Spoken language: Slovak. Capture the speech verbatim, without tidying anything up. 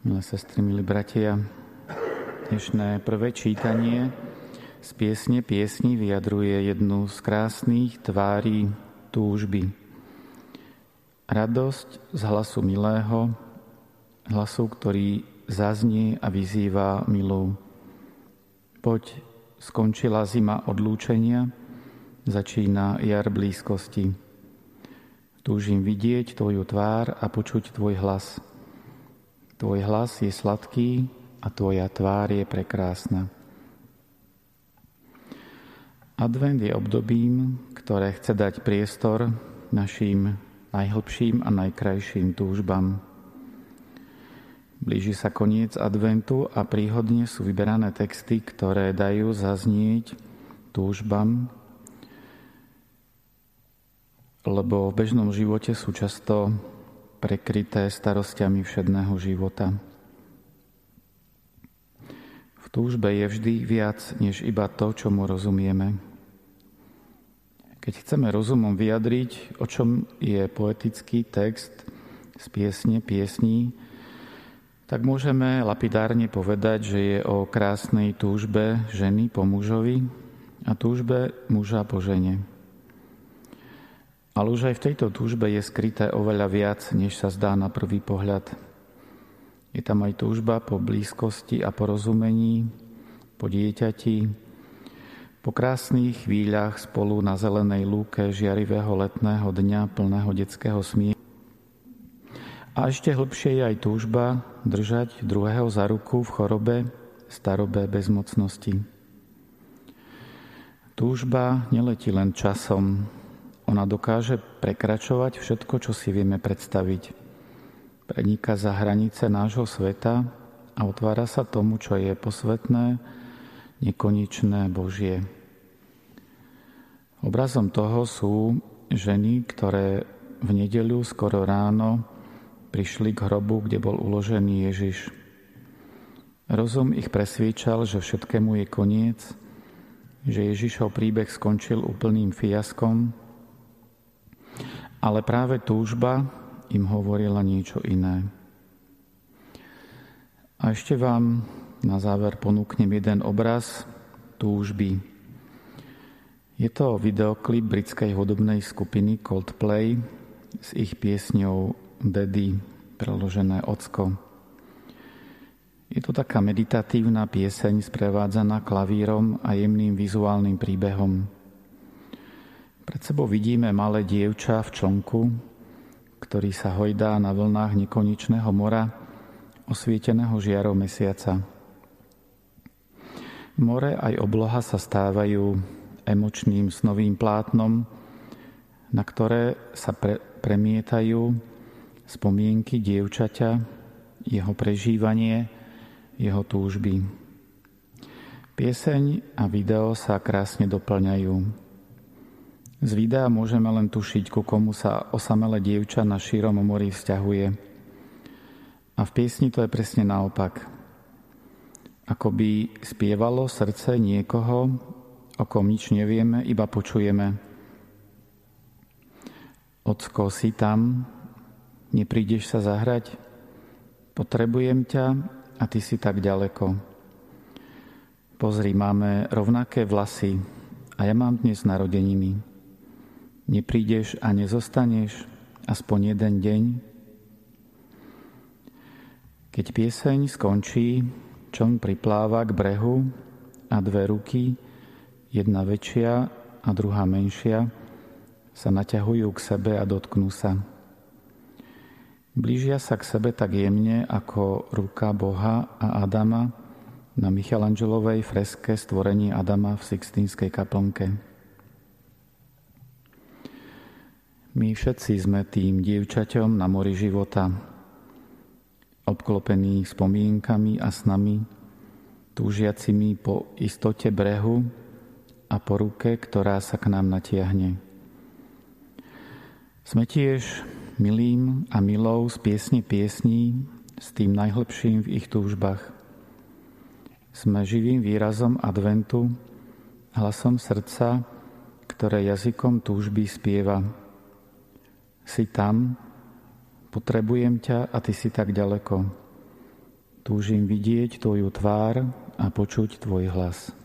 Milé sestry, milí bratia, dnešné prvé čítanie z piesne piesni vyjadruje jednu z krásnych tvárí túžby. Radosť z hlasu milého, hlasu, ktorý zaznie a vyzýva milú. Poď, skončila zima odlúčenia, začína jar blízkosti. Túžim vidieť tvoju tvár a počuť tvoj hlas. Tvoj hlas je sladký a tvoja tvár je prekrásna. Advent je obdobím, ktoré chce dať priestor našim najhlbším a najkrajším túžbám. Blíži sa koniec adventu a príhodne sú vyberané texty, ktoré dajú zaznieť túžbám, lebo v bežnom živote sú často prekryté starostiami všedného života. V túžbe je vždy viac, než iba to, čo mu rozumieme. Keď chceme rozumom vyjadriť, o čom je poetický text z piesne piesní, tak môžeme lapidárne povedať, že je o krásnej túžbe ženy po mužovi a túžbe muža po žene. Ale už aj v tejto túžbe je skryté oveľa viac, než sa zdá na prvý pohľad. Je tam aj túžba po blízkosti a porozumení, po dieťati, po krásnych chvíľach spolu na zelenej lúke žiarivého letného dňa plného detského smiechu. A ešte hlbšie je aj túžba držať druhého za ruku v chorobe, starobe, bezmocnosti. Túžba neletí len časom. Ona dokáže prekračovať všetko, čo si vieme predstaviť. Prenika za hranice nášho sveta a otvára sa tomu, čo je posvetné, nekonečné, Božie. Obrazom toho sú ženy, ktoré v nedeľu skoro ráno prišli k hrobu, kde bol uložený Ježiš. Rozum ich presviečal, že všetkému je koniec, že Ježišov príbeh skončil úplným fiaskom, ale práve túžba im hovorila niečo iné. A ešte vám na záver ponúknem jeden obraz túžby. Je to videoklip britskej hudobnej skupiny Coldplay s ich piesňou Daddy, preložené Ocko. Je to taká meditatívna pieseň sprevádzaná klavírom a jemným vizuálnym príbehom. Pred sebou vidíme malé dievča v člnku, ktorý sa hojdá na vlnách nekonečného mora, osvieteného žiarou mesiaca. More aj obloha sa stávajú emočným snovým plátnom, na ktoré sa pre, premietajú spomienky dievčaťa, jeho prežívanie, jeho túžby. Pieseň a video sa krásne doplňajú. Z videa môžeme len tušiť, ku komu sa osamelé dievča na šírom mori vzťahuje. A v piesni to je presne naopak. Ako by spievalo srdce niekoho, o kom nič nevieme, iba počujeme. Ocko, si tam? Neprídeš sa zahrať? Potrebujem ťa a ty si tak ďaleko. Pozri, máme rovnaké vlasy a ja mám dnes narodeniny. Neprídeš a nezostaneš aspoň jeden deň? Keď pieseň skončí, čln pripláva k brehu a dve ruky, jedna väčšia a druhá menšia, sa naťahujú k sebe a dotknú sa. Blížia sa k sebe tak jemne, ako ruka Boha a Adama na Michelangelovej freske Stvorenie Adama v Sixtínskej kaplnke. My všetci sme tým dievčaťom na mori života, obklopení spomienkami a snami, túžiacimi po istote brehu a po ruke, ktorá sa k nám natiahne. Sme tiež milým a milou z piesne piesní, s tým najhlbším v ich túžbách. Sme živým výrazom adventu, hlasom srdca, ktoré jazykom túžby spieva. Si tam, potrebujem ťa a ty si tak ďaleko. Túžim vidieť Tvoju tvár a počuť Tvoj hlas.